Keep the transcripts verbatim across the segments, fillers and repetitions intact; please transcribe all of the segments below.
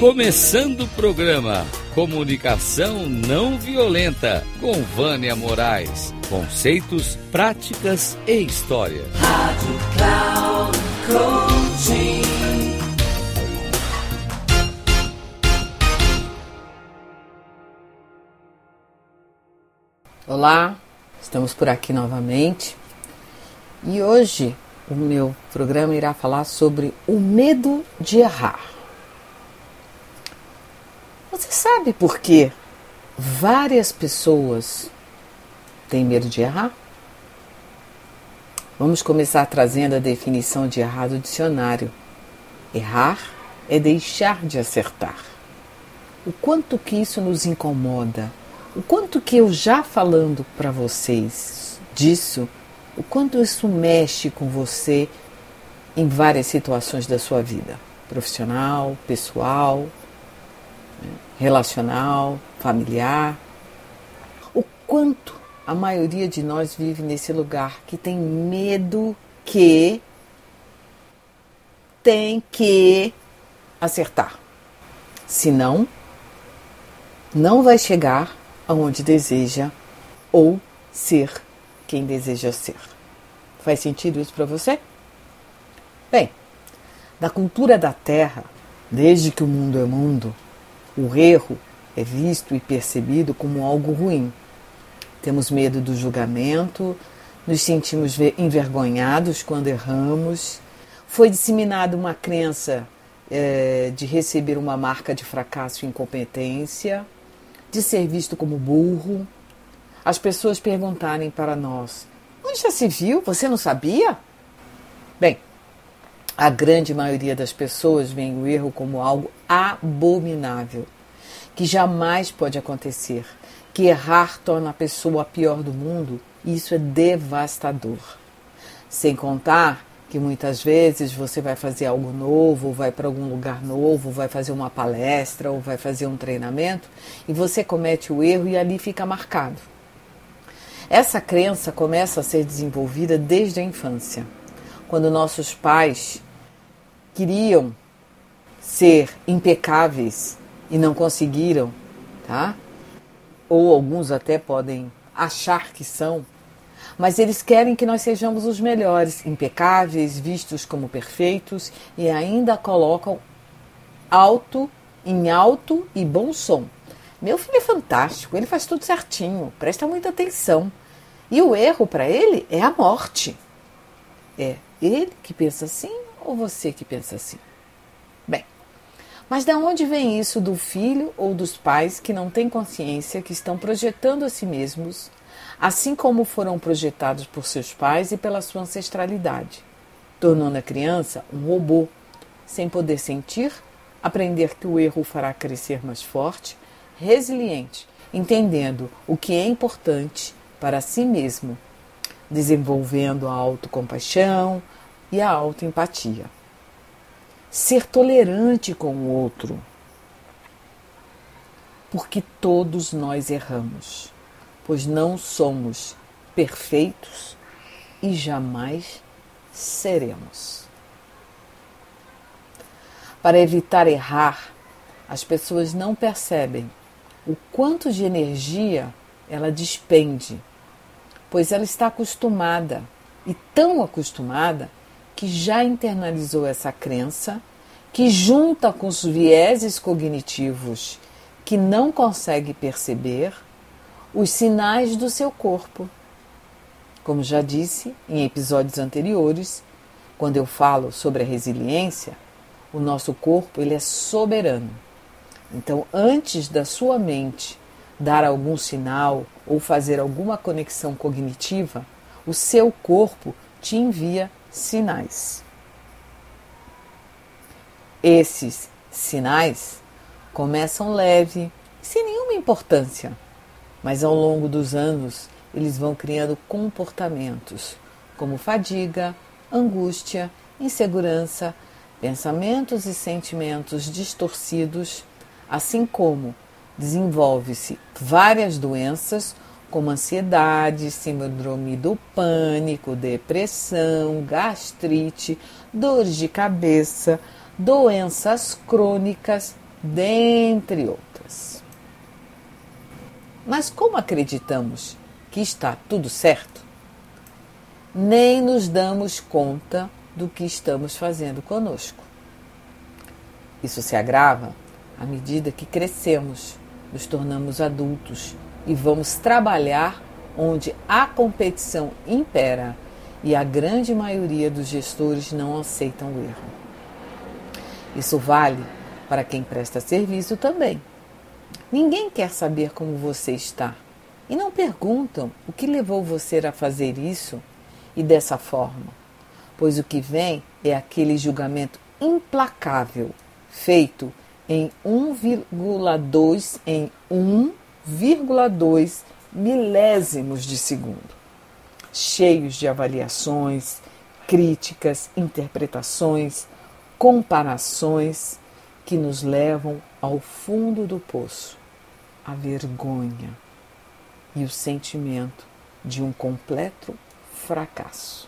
Começando o programa Comunicação Não Violenta, com Vânia Moraes. Conceitos, práticas e história. Rádio Cloud Coaching. Olá, estamos por aqui novamente. E hoje o meu programa irá falar sobre o medo de errar. Você sabe por que várias pessoas têm medo de errar? Vamos começar trazendo a definição de errar do dicionário. Errar é deixar de acertar. O quanto que isso nos incomoda, o quanto que eu já falando para vocês disso, o quanto isso mexe com você em várias situações da sua vida, profissional, pessoal, relacional, familiar. O quanto a maioria de nós vive nesse lugar que tem medo que tem que acertar. Senão, não vai chegar aonde deseja ou ser quem deseja ser. Faz sentido isso para você? Bem, na cultura da Terra, desde que o mundo é mundo, o erro é visto e percebido como algo ruim. Temos medo do julgamento, nos sentimos envergonhados quando erramos. Foi disseminada uma crença é, de receber uma marca de fracasso e incompetência, de ser visto como burro. As pessoas perguntarem para nós: onde já se viu? Você não sabia? Bem, a grande maioria das pessoas vê o erro como algo abominável, que jamais pode acontecer, que errar torna a pessoa a pior do mundo, e isso é devastador. Sem contar que muitas vezes você vai fazer algo novo, ou vai para algum lugar novo, ou vai fazer uma palestra, ou vai fazer um treinamento, e você comete o erro e ali fica marcado. Essa crença começa a ser desenvolvida desde a infância, quando nossos pais queriam ser impecáveis e não conseguiram, tá? Ou alguns até podem achar que são, mas eles querem que nós sejamos os melhores, impecáveis, vistos como perfeitos, e ainda colocam alto, em alto e bom som. Meu filho é fantástico, ele faz tudo certinho, presta muita atenção. E o erro para ele é a morte. É ele que pensa assim ou você que pensa assim? Bem, mas de onde vem isso do filho ou dos pais que não têm consciência, que estão projetando a si mesmos, assim como foram projetados por seus pais e pela sua ancestralidade, tornando a criança um robô, sem poder sentir, aprender que o erro o fará crescer mais forte, resiliente, entendendo o que é importante para si mesmo, desenvolvendo a autocompaixão e a autoempatia. Ser tolerante com o outro, porque todos nós erramos, pois não somos perfeitos e jamais seremos. Para evitar errar, as pessoas não percebem o quanto de energia ela despende, pois ela está acostumada, e tão acostumada, que já internalizou essa crença, que junta com os vieses cognitivos que não consegue perceber os sinais do seu corpo. Como já disse em episódios anteriores, quando eu falo sobre a resiliência, o nosso corpo ele é soberano. Então, antes da sua mente dar algum sinal ou fazer alguma conexão cognitiva, o seu corpo te envia sinais. Esses sinais começam leve, sem nenhuma importância, mas ao longo dos anos eles vão criando comportamentos como fadiga, angústia, insegurança, pensamentos e sentimentos distorcidos, assim como desenvolve-se várias doenças como ansiedade, síndrome do pânico, depressão, gastrite, dores de cabeça, doenças crônicas, dentre outras. Mas como acreditamos que está tudo certo, nem nos damos conta do que estamos fazendo conosco. Isso se agrava à medida que crescemos, nos tornamos adultos e vamos trabalhar onde a competição impera e a grande maioria dos gestores não aceitam o erro. Isso vale para quem presta serviço também. Ninguém quer saber como você está e não perguntam o que levou você a fazer isso e dessa forma, pois o que vem é aquele julgamento implacável feito em um vírgula dois em um vírgula dois milésimos de segundo, cheios de avaliações, críticas, interpretações, comparações que nos levam ao fundo do poço, a vergonha e o sentimento de um completo fracasso.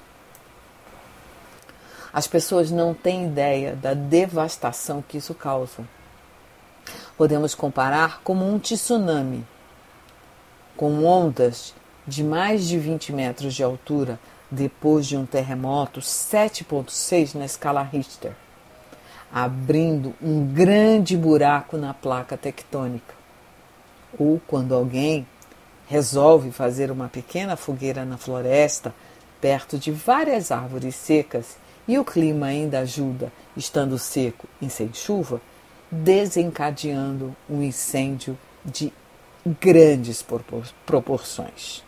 As pessoas não têm ideia da devastação que isso causa. Podemos comparar como um tsunami, com ondas de mais de vinte metros de altura depois de um terremoto sete ponto seis na escala Richter, abrindo um grande buraco na placa tectônica. Ou quando alguém resolve fazer uma pequena fogueira na floresta, perto de várias árvores secas, e o clima ainda ajuda, estando seco e sem chuva, desencadeando um incêndio de grandes proporções.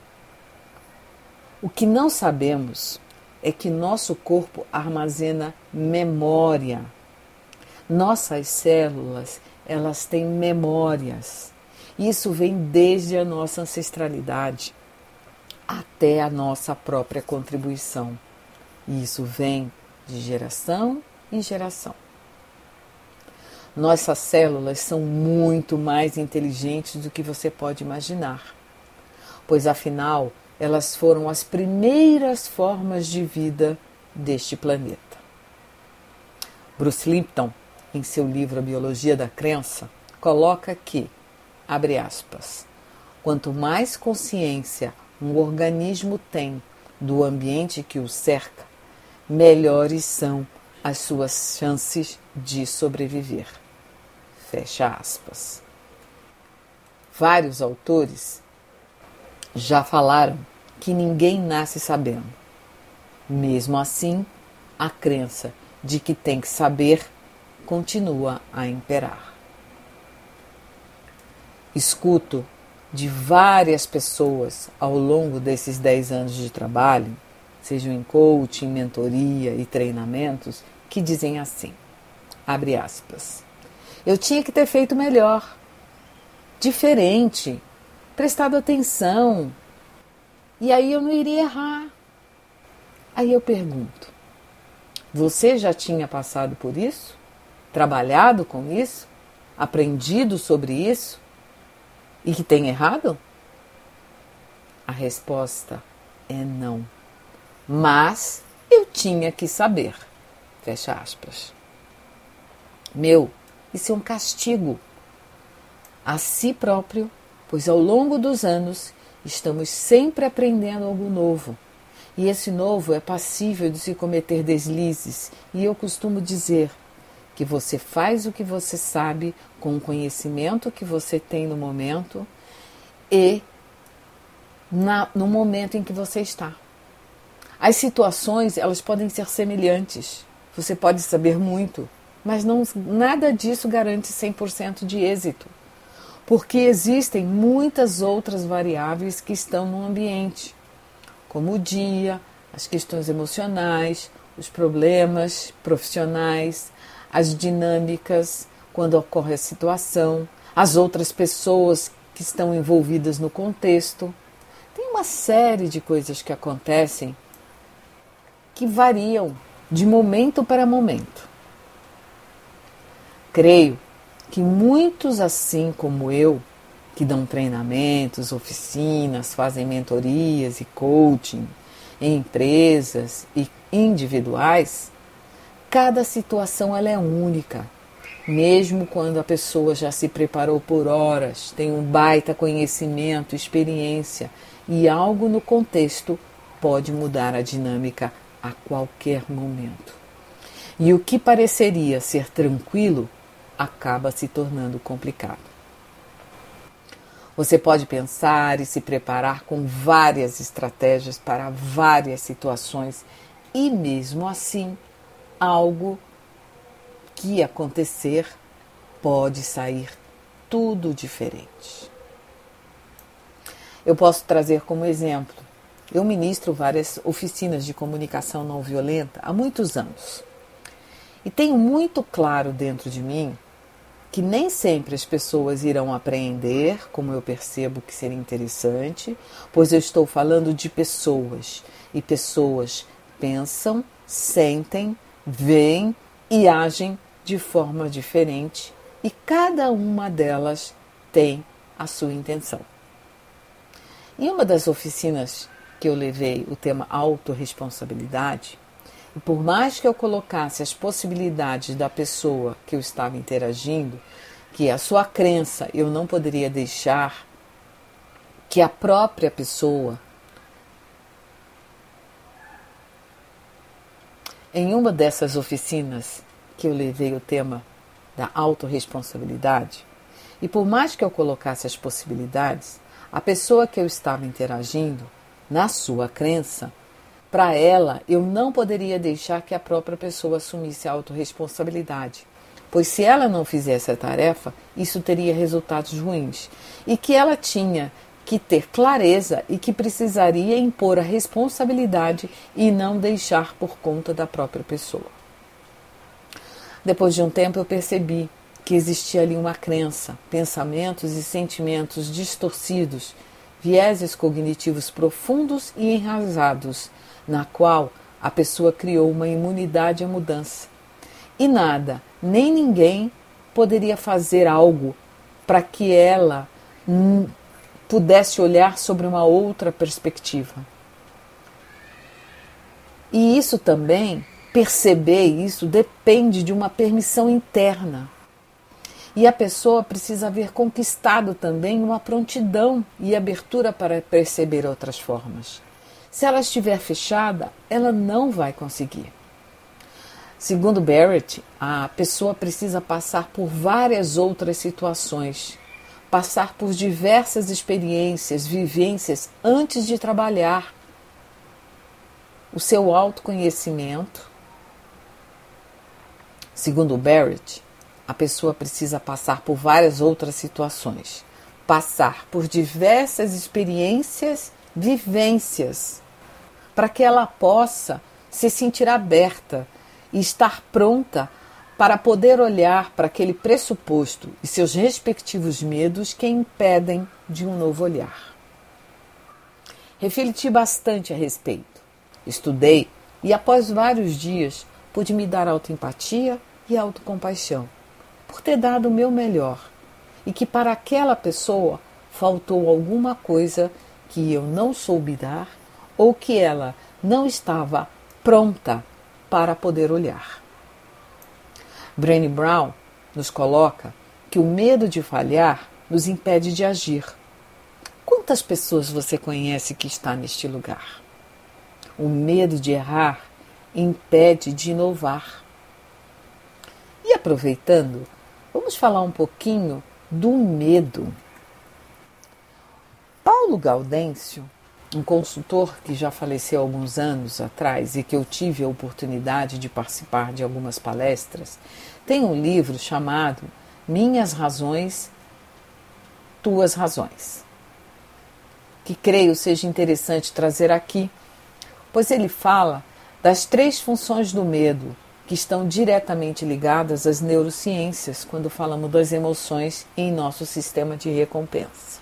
O que não sabemos é que nosso corpo armazena memória. Nossas células, elas têm memórias. Isso vem desde a nossa ancestralidade até a nossa própria contribuição. E isso vem de geração em geração. Nossas células são muito mais inteligentes do que você pode imaginar, pois afinal elas foram as primeiras formas de vida deste planeta. Bruce Lipton, em seu livro A Biologia da Crença, coloca que, abre aspas, quanto mais consciência um organismo tem do ambiente que o cerca, melhores são as suas chances de sobreviver. Fecha aspas. Vários autores já falaram que ninguém nasce sabendo. Mesmo assim, a crença de que tem que saber continua a imperar. Escuto de várias pessoas ao longo desses dez anos de trabalho, sejam em coaching, mentoria e treinamentos, que dizem assim, abre aspas, eu tinha que ter feito melhor, diferente, prestado atenção, e aí eu não iria errar. Aí eu pergunto, você já tinha passado por isso? Trabalhado com isso? Aprendido sobre isso? E que tem errado? A resposta é não. Mas eu tinha que saber. Fecha aspas. Meu, isso é um castigo a si próprio, pois ao longo dos anos estamos sempre aprendendo algo novo. E esse novo é passível de se cometer deslizes. E eu costumo dizer que você faz o que você sabe com o conhecimento que você tem no momento e na, no momento em que você está. As situações, elas podem ser semelhantes. Você pode saber muito, mas não, nada disso garante cem por cento de êxito. Porque existem muitas outras variáveis que estão no ambiente, como o dia, as questões emocionais, os problemas profissionais, as dinâmicas, quando ocorre a situação, as outras pessoas que estão envolvidas no contexto. Tem uma série de coisas que acontecem que variam de momento para momento. Creio que muitos, assim como eu, que dão treinamentos, oficinas, fazem mentorias e coaching em empresas e individuais, cada situação ela é única, Mesmo quando a pessoa já se preparou por horas, tem um baita conhecimento, experiência, e algo no contexto pode mudar a dinâmica a qualquer momento. E o que pareceria ser tranquilo acaba se tornando complicado. Você pode pensar e se preparar com várias estratégias para várias situações e mesmo assim, algo que acontecer pode sair tudo diferente. Eu posso trazer como exemplo, eu ministro várias oficinas de comunicação não violenta há muitos anos. E tenho muito claro dentro de mim que nem sempre as pessoas irão apreender, como eu percebo que seria interessante, pois eu estou falando de pessoas, e pessoas pensam, sentem, veem e agem de forma diferente, e cada uma delas tem a sua intenção. Em uma das oficinas que eu levei o tema autorresponsabilidade, e por mais que eu colocasse as possibilidades da pessoa que eu estava interagindo, que a sua crença eu não poderia deixar que a própria pessoa, em uma dessas oficinas que eu levei o tema da autorresponsabilidade, e por mais que eu colocasse as possibilidades, a pessoa que eu estava interagindo, na sua crença, para ela, eu não poderia deixar que a própria pessoa assumisse a autorresponsabilidade, pois se ela não fizesse a tarefa, isso teria resultados ruins, e que ela tinha que ter clareza e que precisaria impor a responsabilidade e não deixar por conta da própria pessoa. Depois de um tempo eu percebi que existia ali uma crença, pensamentos e sentimentos distorcidos, vieses cognitivos profundos e enraizados, na qual a pessoa criou uma imunidade à mudança. E nada, nem ninguém poderia fazer algo para que ela hum, pudesse olhar sobre uma outra perspectiva. E isso também, perceber isso, depende de uma permissão interna. E a pessoa precisa haver conquistado também uma prontidão e abertura para perceber outras formas. Se ela estiver fechada, ela não vai conseguir. Segundo Barrett, a pessoa precisa passar por várias outras situações, passar por diversas experiências, vivências, antes de trabalhar o seu autoconhecimento. Segundo Barrett, a pessoa precisa passar por várias outras situações, passar por diversas experiências, vivências, para que ela possa se sentir aberta e estar pronta para poder olhar para aquele pressuposto e seus respectivos medos que a impedem de um novo olhar. Refleti bastante a respeito, estudei e após vários dias pude me dar autoempatia e autocompaixão por ter dado o meu melhor e que para aquela pessoa faltou alguma coisa que eu não soube dar ou que ela não estava pronta para poder olhar. Brené Brown nos coloca que o medo de falhar nos impede de agir. Quantas pessoas você conhece que está neste lugar? O medo de errar impede de inovar. E aproveitando, vamos falar um pouquinho do medo. Paulo Gaudêncio, um consultor que já faleceu há alguns anos atrás e que eu tive a oportunidade de participar de algumas palestras, tem um livro chamado Minhas Razões, Tuas Razões, que creio seja interessante trazer aqui, pois ele fala das três funções do medo que estão diretamente ligadas às neurociências quando falamos das emoções em nosso sistema de recompensa.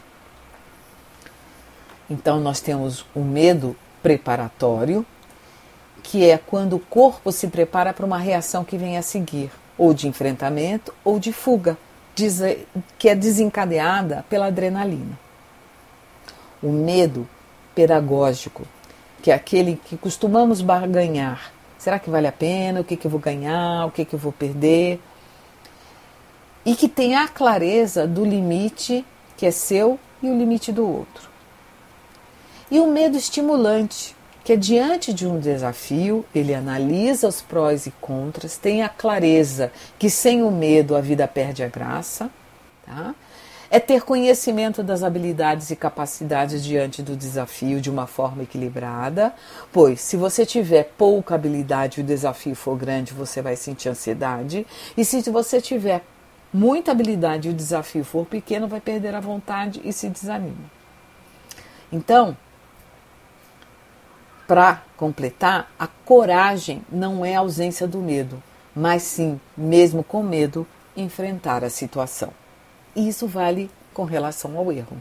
Então nós temos o medo preparatório, que é quando o corpo se prepara para uma reação que vem a seguir, ou de enfrentamento ou de fuga, que é desencadeada pela adrenalina. O medo pedagógico, que é aquele que costumamos barganhar. Será que vale a pena? O que, que eu vou ganhar? O que, que eu vou perder? e que tenha a clareza do limite que é seu e o limite do outro. E o medo estimulante, que é diante de um desafio, ele analisa os prós e contras, tem a clareza que sem o medo a vida perde a graça, tá? É ter conhecimento das habilidades e capacidades diante do desafio de uma forma equilibrada, pois se você tiver pouca habilidade e o desafio for grande, você vai sentir ansiedade, e se você tiver muita habilidade e o desafio for pequeno, vai perder a vontade e se desanima. Então, para completar, a coragem não é a ausência do medo, mas sim, mesmo com medo, enfrentar a situação. E isso vale com relação ao erro.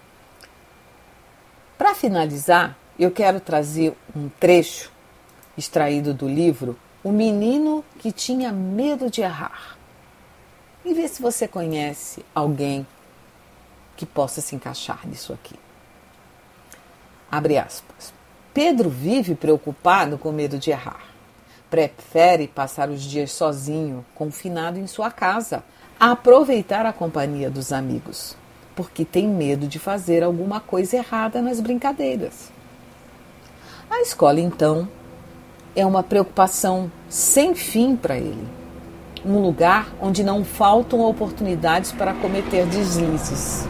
Para finalizar, eu quero trazer um trecho extraído do livro O Menino que Tinha Medo de Errar. E ver se você conhece alguém que possa se encaixar nisso aqui. Abre aspas. Pedro vive preocupado com medo de errar. Prefere passar os dias sozinho, confinado em sua casa, a aproveitar a companhia dos amigos, porque tem medo de fazer alguma coisa errada nas brincadeiras. A escola, então, é uma preocupação sem fim para ele. Um lugar onde não faltam oportunidades para cometer deslizes.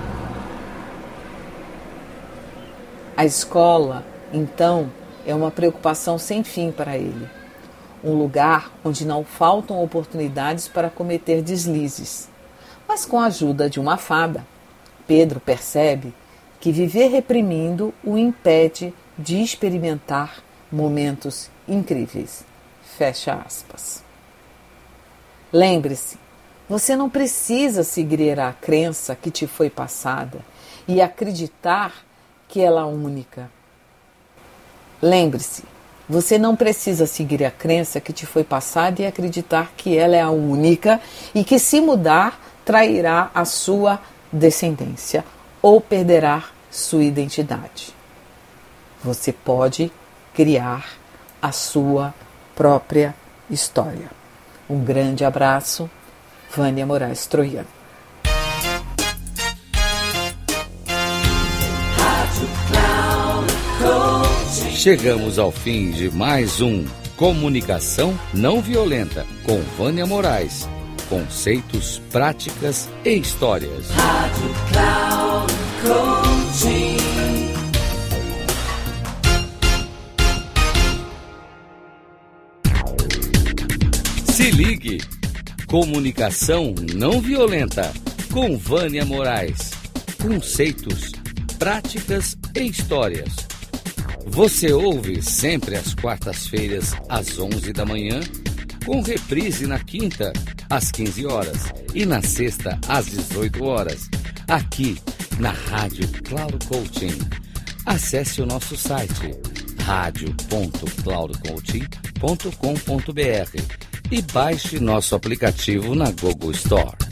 A escola, então, é uma preocupação sem fim para ele. Um lugar onde não faltam oportunidades para cometer deslizes. Mas com a ajuda de uma fada, Pedro percebe que viver reprimindo o impede de experimentar momentos incríveis. Fecha aspas. Lembre-se, você não precisa seguir a crença que te foi passada e acreditar que ela é única. Lembre-se, você não precisa seguir a crença que te foi passada e acreditar que ela é a única e que se mudar trairá a sua descendência ou perderá sua identidade. Você pode criar a sua própria história. Um grande abraço, Vânia Moraes Troiano. Chegamos ao fim de mais um Comunicação Não Violenta com Vânia Moraes. Conceitos, práticas e histórias. Rádio Cloud Coaching. Se ligue. Comunicação Não Violenta com Vânia Moraes. Conceitos, práticas e histórias. Você ouve sempre às quartas-feiras, às onze da manhã, com reprise na quinta, às quinze horas, e na sexta, às dezoito horas, aqui na Rádio Cloud Coaching. Acesse o nosso site, rádio ponto cloud coaching ponto com ponto b r, e baixe nosso aplicativo na Google Store.